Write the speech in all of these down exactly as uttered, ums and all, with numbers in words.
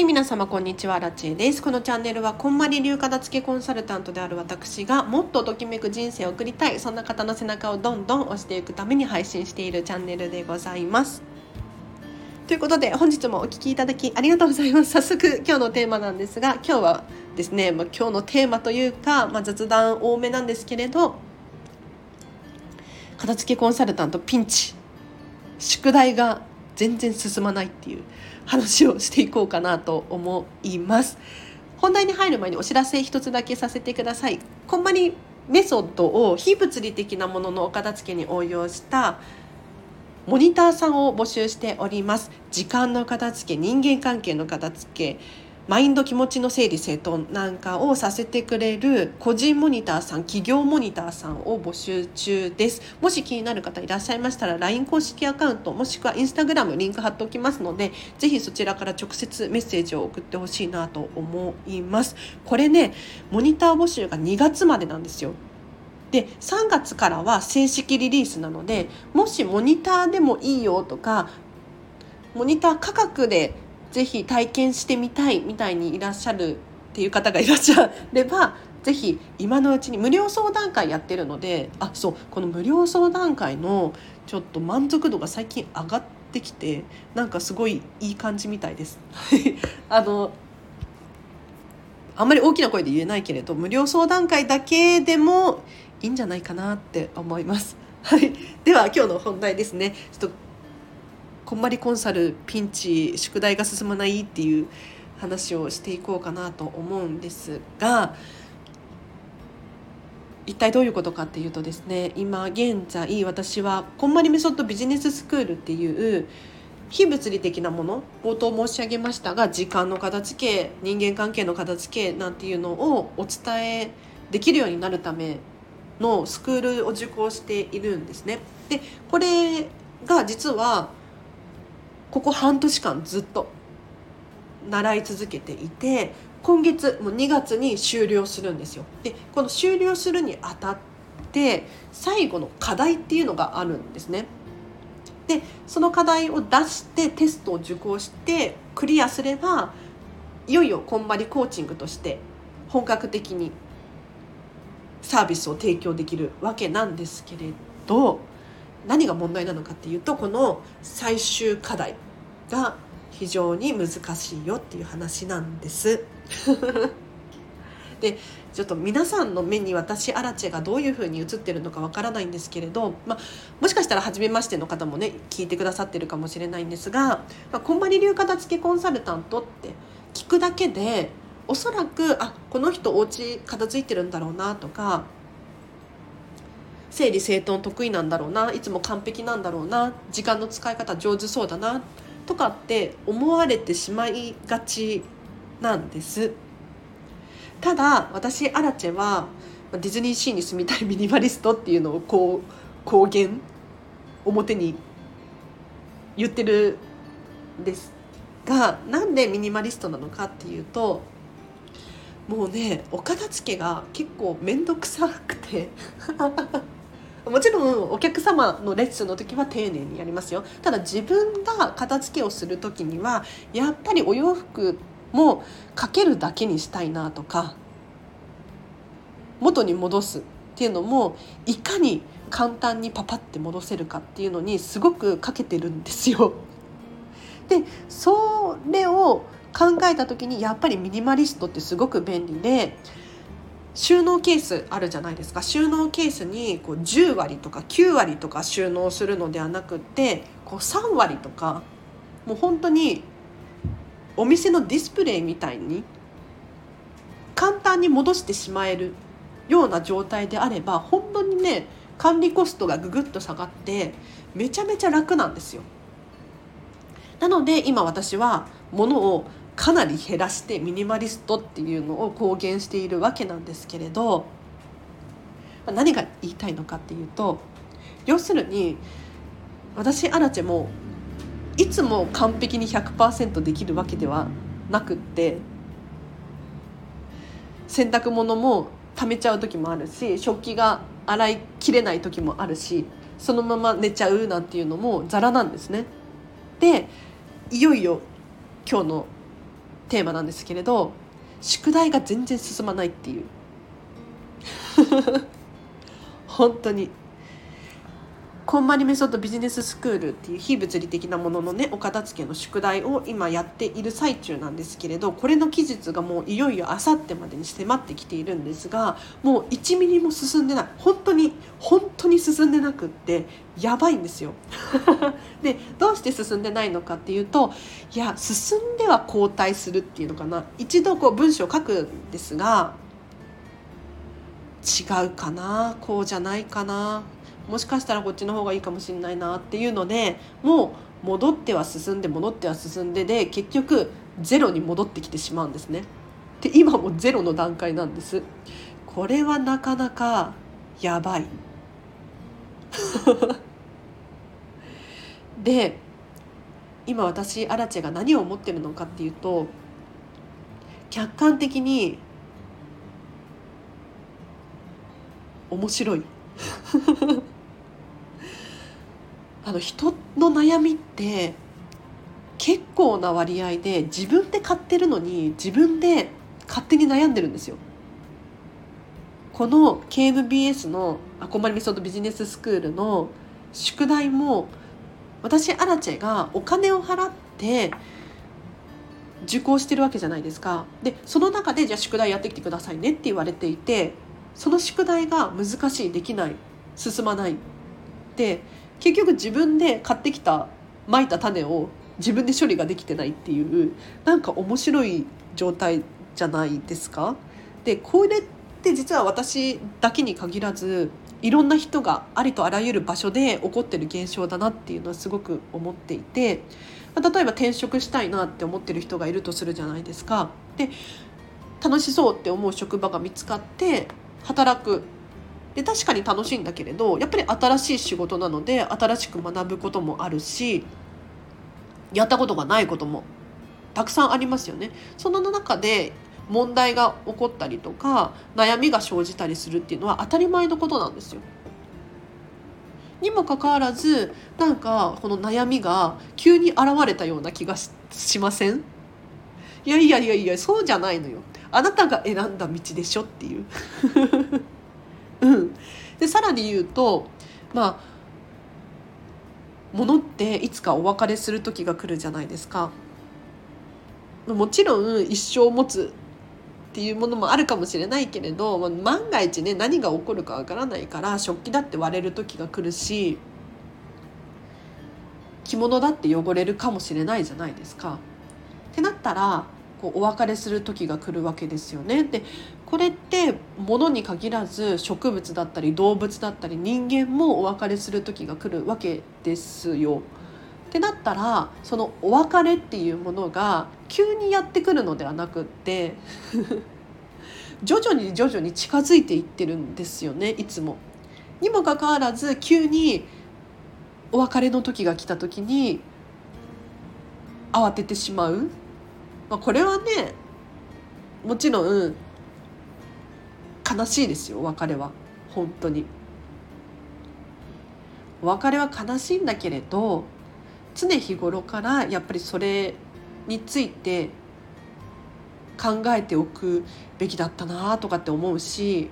い、皆様こんにちは、ラチェです。このチャンネルはこんまり流片付けコンサルタントである私がもっとときめく人生を送りたい、そんな方の背中をどんどん押していくために配信しているチャンネルでございます。ということで本日もお聞きいただきありがとうございます。早速今日のテーマなんですが、今日はですね、まあ、今日のテーマというか、まあ、雑談多めなんですけれど、片付けコンサルタントピンチ、宿題が全然進まないっていう話をしていこうかなと思います。本題に入る前にお知らせ一つだけさせてください。こんまりメソッドを非物理的なもののお片付けに応用したモニターさんを募集しております。時間の片付け、人間関係の片付け、マインド気持ちの整理整頓なんかをさせてくれる個人モニターさん、企業モニターさんを募集中です。もし気になる方いらっしゃいましたら ライン 公式アカウントもしくは インスタグラム リンク貼っておきますので、ぜひそちらから直接メッセージを送ってほしいなと思います。これね、モニター募集がにがつまでなんですよ。でさんがつからは正式リリースなので、もしモニターでもいいよとか、モニター価格でぜひ体験してみたいみたいにいらっしゃるっていう方がいらっしゃれば、ぜひ今のうちに無料相談会やってるので、あ、そう、この無料相談会のちょっと満足度が最近上がってきて、なんかすごいいい感じみたいですあのあんまり大きな声で言えないけれど、無料相談会だけでもいいんじゃないかなって思いますはい、では今日の本題ですね。ちょっとこんまりコンサルピンチ、宿題が進まないっていう話をしていこうかなと思うんですが、一体どういうことかっていうとですね、今現在私はこんまりメソッドビジネススクールっていう非物理的なもの、冒頭申し上げましたが、時間の片付け、人間関係の片付けなんていうのをお伝えできるようになるためのスクールを受講しているんですね。でこれが実はここ半年間ずっと習い続けていて、今月もうにがつに終了するんですよ。でこの終了するにあたって最後の課題っていうのがあるんですね。でその課題を出してテストを受講してクリアすれば、いよいよこんまりコーチングとして本格的にサービスを提供できるわけなんですけれど、何が問題なのかっていうと、この最終課題が非常に難しいよっていう話なんですでちょっと皆さんの目に私アラチェがどういう風に映ってるのかわからないんですけれど、まあ、もしかしたら初めましての方もね聞いてくださってるかもしれないんですが、まあ、こんまり流片付けコンサルタントって聞くだけでおそらく、あ、この人お家片付いてるんだろうなとか、整理整頓得意なんだろうな、いつも完璧なんだろうな、時間の使い方上手そうだなとかって思われてしまいがちなんです。ただ私アラチェはディズニーシーに住みたいミニマリストっていうのをこう公言表に言ってるんですが、なんでミニマリストなのかっていうと、もうね、お片付けが結構めんどくさくてもちろんお客様のレッスンの時は丁寧にやりますよ。ただ自分が片付けをする時にはやっぱりお洋服もかけるだけにしたいなとか、元に戻すっていうのもいかに簡単にパパって戻せるかっていうのにすごくかけてるんですよ。でそれを考えた時にやっぱりミニマリストってすごく便利で、収納ケースあるじゃないですか。収納ケースにこうじゅうわりとかきゅうわりとか収納するのではなくて、こうさんわりとか、もう本当にお店のディスプレイみたいに簡単に戻してしまえるような状態であれば、本当にね、管理コストがぐぐっと下がってめちゃめちゃ楽なんですよ。なので今私は物をかなり減らしてミニマリストっていうのを公言しているわけなんですけれど、何が言いたいのかっていうと、要するに私アラチェもいつも完璧に ひゃくパーセント できるわけではなくって、洗濯物も溜めちゃう時もあるし、食器が洗いきれない時もあるし、そのまま寝ちゃうなんていうのもザラなんですね。でいよいよ今日のテーマなんですけれど、宿題が全然進まないっていう本当にこんまりメソッドビジネススクールっていう非物理的なもののねお片付けの宿題を今やっている最中なんですけれど、これの期日がもういよいよあさってまでに迫ってきているんですが、もういちミリも進んでない、本当に本当に進んでなくってやばいんですよでどうして進んでないのかっていうと、いや進んでは後退するっていうのかな、一度こう文章を書くんですが違うかな、こうじゃないかな、もしかしたらこっちの方がいいかもしれないなっていうので、もう戻っては進んで戻っては進んでで結局ゼロに戻ってきてしまうんですね。で今もゼロの段階なんです。これはなかなかやばいで今私アラチェが何を思ってるのかっていうと、客観的に面白いあの人の悩みって結構な割合で自分で買ってるのに自分で勝手に悩んでるんですよ。この ケーエヌビーエス のあこんまりメソッドビジネススクールの宿題も私アラチェがお金を払って受講してるわけじゃないですか。でその中でじゃあ宿題やってきてくださいねって言われていて、その宿題が難しい、できない、進まないで結局自分で買ってきたまいた種を自分で処理ができてないっていう、なんか面白い状態じゃないですか。でこれって実は私だけに限らずいろんな人がありとあらゆる場所で起こってる現象だなっていうのはすごく思っていて、例えば転職したいなって思ってる人がいるとするじゃないですか。で楽しそうって思う職場が見つかって働く。で確かに楽しいんだけれど、やっぱり新しい仕事なので新しく学ぶこともあるし、やったことがないこともたくさんありますよね。その中で問題が起こったりとか悩みが生じたりするっていうのは当たり前のことなんですよ。にもかかわらずなんかこの悩みが急に現れたような気が し, しません？いやいやいやいやそうじゃないのよ、あなたが選んだ道でしょっていううん、でさらに言うと、まあ物っていつかお別れする時が来るじゃないですか。もちろん一生持つっていうものもあるかもしれないけれど、万が一ね何が起こるかわからないから食器だって割れる時が来るし、着物だって汚れるかもしれないじゃないですか。ってなったらこうお別れする時が来るわけですよね。でこれって物に限らず植物だったり動物だったり人間もお別れする時が来るわけですよ。ってなったらそのお別れっていうものが急にやってくるのではなくって徐々に徐々に近づいていってるんですよね、いつも。にもかかわらず急にお別れの時が来た時に慌ててしまう、まあ、これはねもちろん悲しいですよ。お別れは本当にお別れは悲しいんだけれど、常日頃からやっぱりそれについて考えておくべきだったなとかって思うし、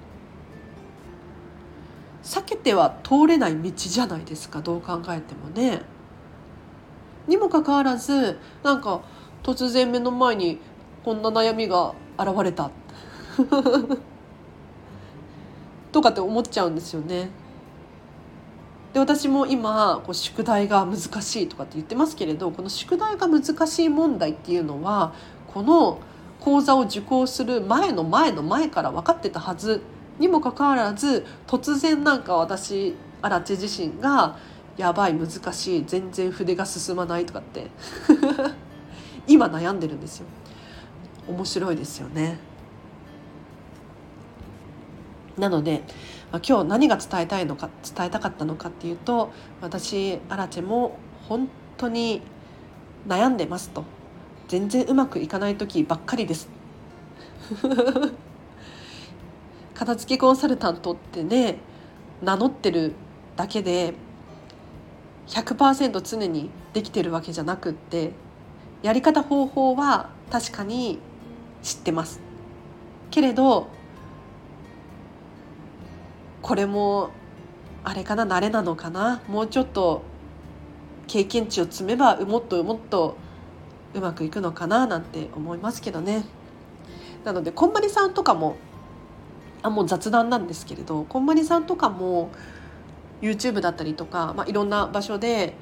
避けては通れない道じゃないですか、どう考えてもね。にもかかわらずなんか突然目の前にこんな悩みが現れたとかって思っちゃうんですよね。で私も今こう宿題が難しいとかって言ってますけれど、この宿題が難しい問題っていうのはこの講座を受講する前の前の前から分かってたはずにもかかわらず、突然なんか私アラチェ自身がやばい難しい全然筆が進まないとかって今悩んでるんですよ。面白いですよね。なので今日何が伝えたいのか伝えたかったのかっていうと、私アラチェも本当に悩んでますと、全然うまくいかない時ばっかりです片付けコンサルタントってね名乗ってるだけで ひゃくパーセント 常にできてるわけじゃなくって、やり方方法は確かに知ってますけれど、これもあれかな、慣れなのかな、もうちょっと経験値を積めばもっともっとうまくいくのかななんて思いますけどね。なのでこんまりさんとかも、あもう雑談なんですけれど、こんまりさんとかも YouTube だったりとか、まあ、いろんな場所で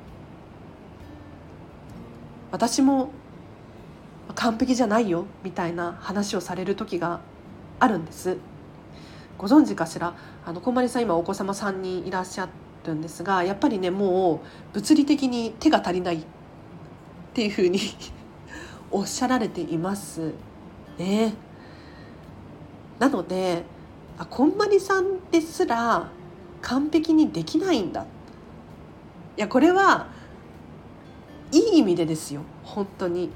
私も完璧じゃないよみたいな話をされる時があるんです。ご存知かしら。あのこんまりさん今お子様さんにんいらっしゃるんですが、やっぱりねもう物理的に手が足りないっていうふうにおっしゃられていますね。なのであこんまりさんですら完璧にできないんだ、いやこれはいい意味でですよ。本当に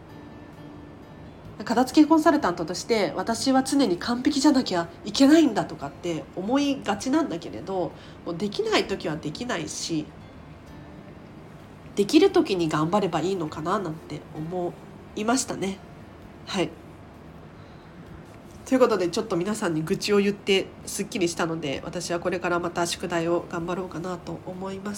片付けコンサルタントとして私は常に完璧じゃなきゃいけないんだとかって思いがちなんだけれど、もうできない時はできないし、できる時に頑張ればいいのかななんて思いましたね。はいということでちょっと皆さんに愚痴を言ってすっきりしたので、私はこれからまた宿題を頑張ろうかなと思います。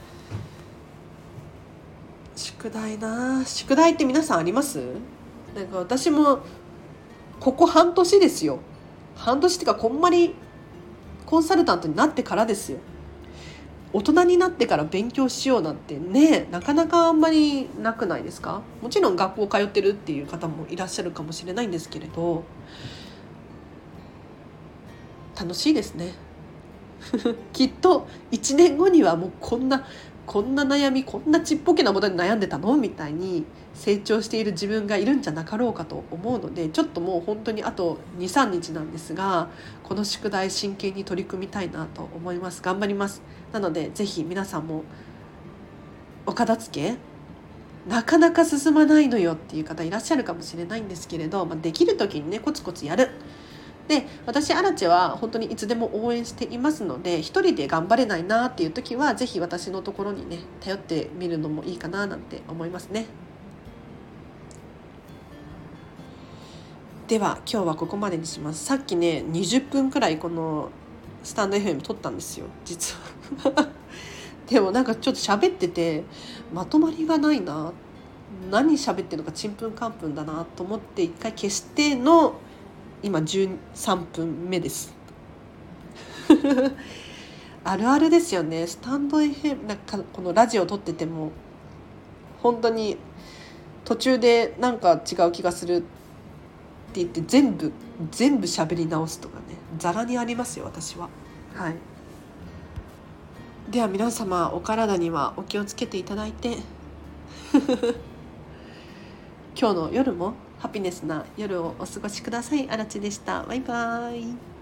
宿題な宿題って皆さんあります？なんか私もここ半年ですよ。半年っていうかこんまりコンサルタントになってからですよ。大人になってから勉強しようなんてね、なかなかあんまりなくないですか？もちろん学校通ってるっていう方もいらっしゃるかもしれないんですけれど、楽しいですねきっといちねんごにはもうこんなこんな悩み、こんなちっぽけなことに悩んでたのみたいに成長している自分がいるんじゃなかろうかと思うので、ちょっともう本当にあと にさんにちなんですが、この宿題真剣に取り組みたいなと思います。頑張ります。なのでぜひ皆さんもお片付けなかなか進まないのよっていう方いらっしゃるかもしれないんですけれど、まあ、できる時にねコツコツやる。で私アラチェは本当にいつでも応援していますので、一人で頑張れないなっていう時はぜひ私のところにね頼ってみるのもいいかななんて思いますね。では今日はここまでにします。さっきねにじゅっぷんくらいこのスタンド エフエム 撮ったんですよ実はでもなんかちょっと喋っててまとまりがないな、何喋ってるのかちんぷんかんぷんだなと思って一回消しての今じゅうさんぷんめですあるあるですよね。スタンド エフエム なんかこのラジオ撮ってても本当に途中でなんか違う気がするって言って全部全部喋り直すとかね、ざらにありますよ私は。はいでは皆様お体にはお気をつけていただいて今日の夜もハピネスな夜をお過ごしください。あらちでした。バイバイ。